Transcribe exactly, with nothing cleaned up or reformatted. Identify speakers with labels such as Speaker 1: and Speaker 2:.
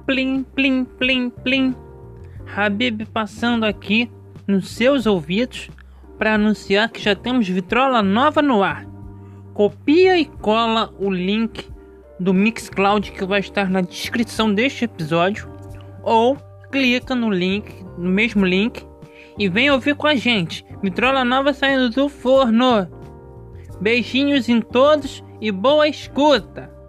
Speaker 1: plim, plim, plim, plim. Habib passando aqui nos seus ouvidos para anunciar que já temos vitrola nova no ar. Copia e cola o link do Mixcloud que vai estar na descrição deste episódio, ou clica no link, no mesmo link, e vem ouvir com a gente. Vitrola nova saindo do forno. Beijinhos em todos e boa escuta.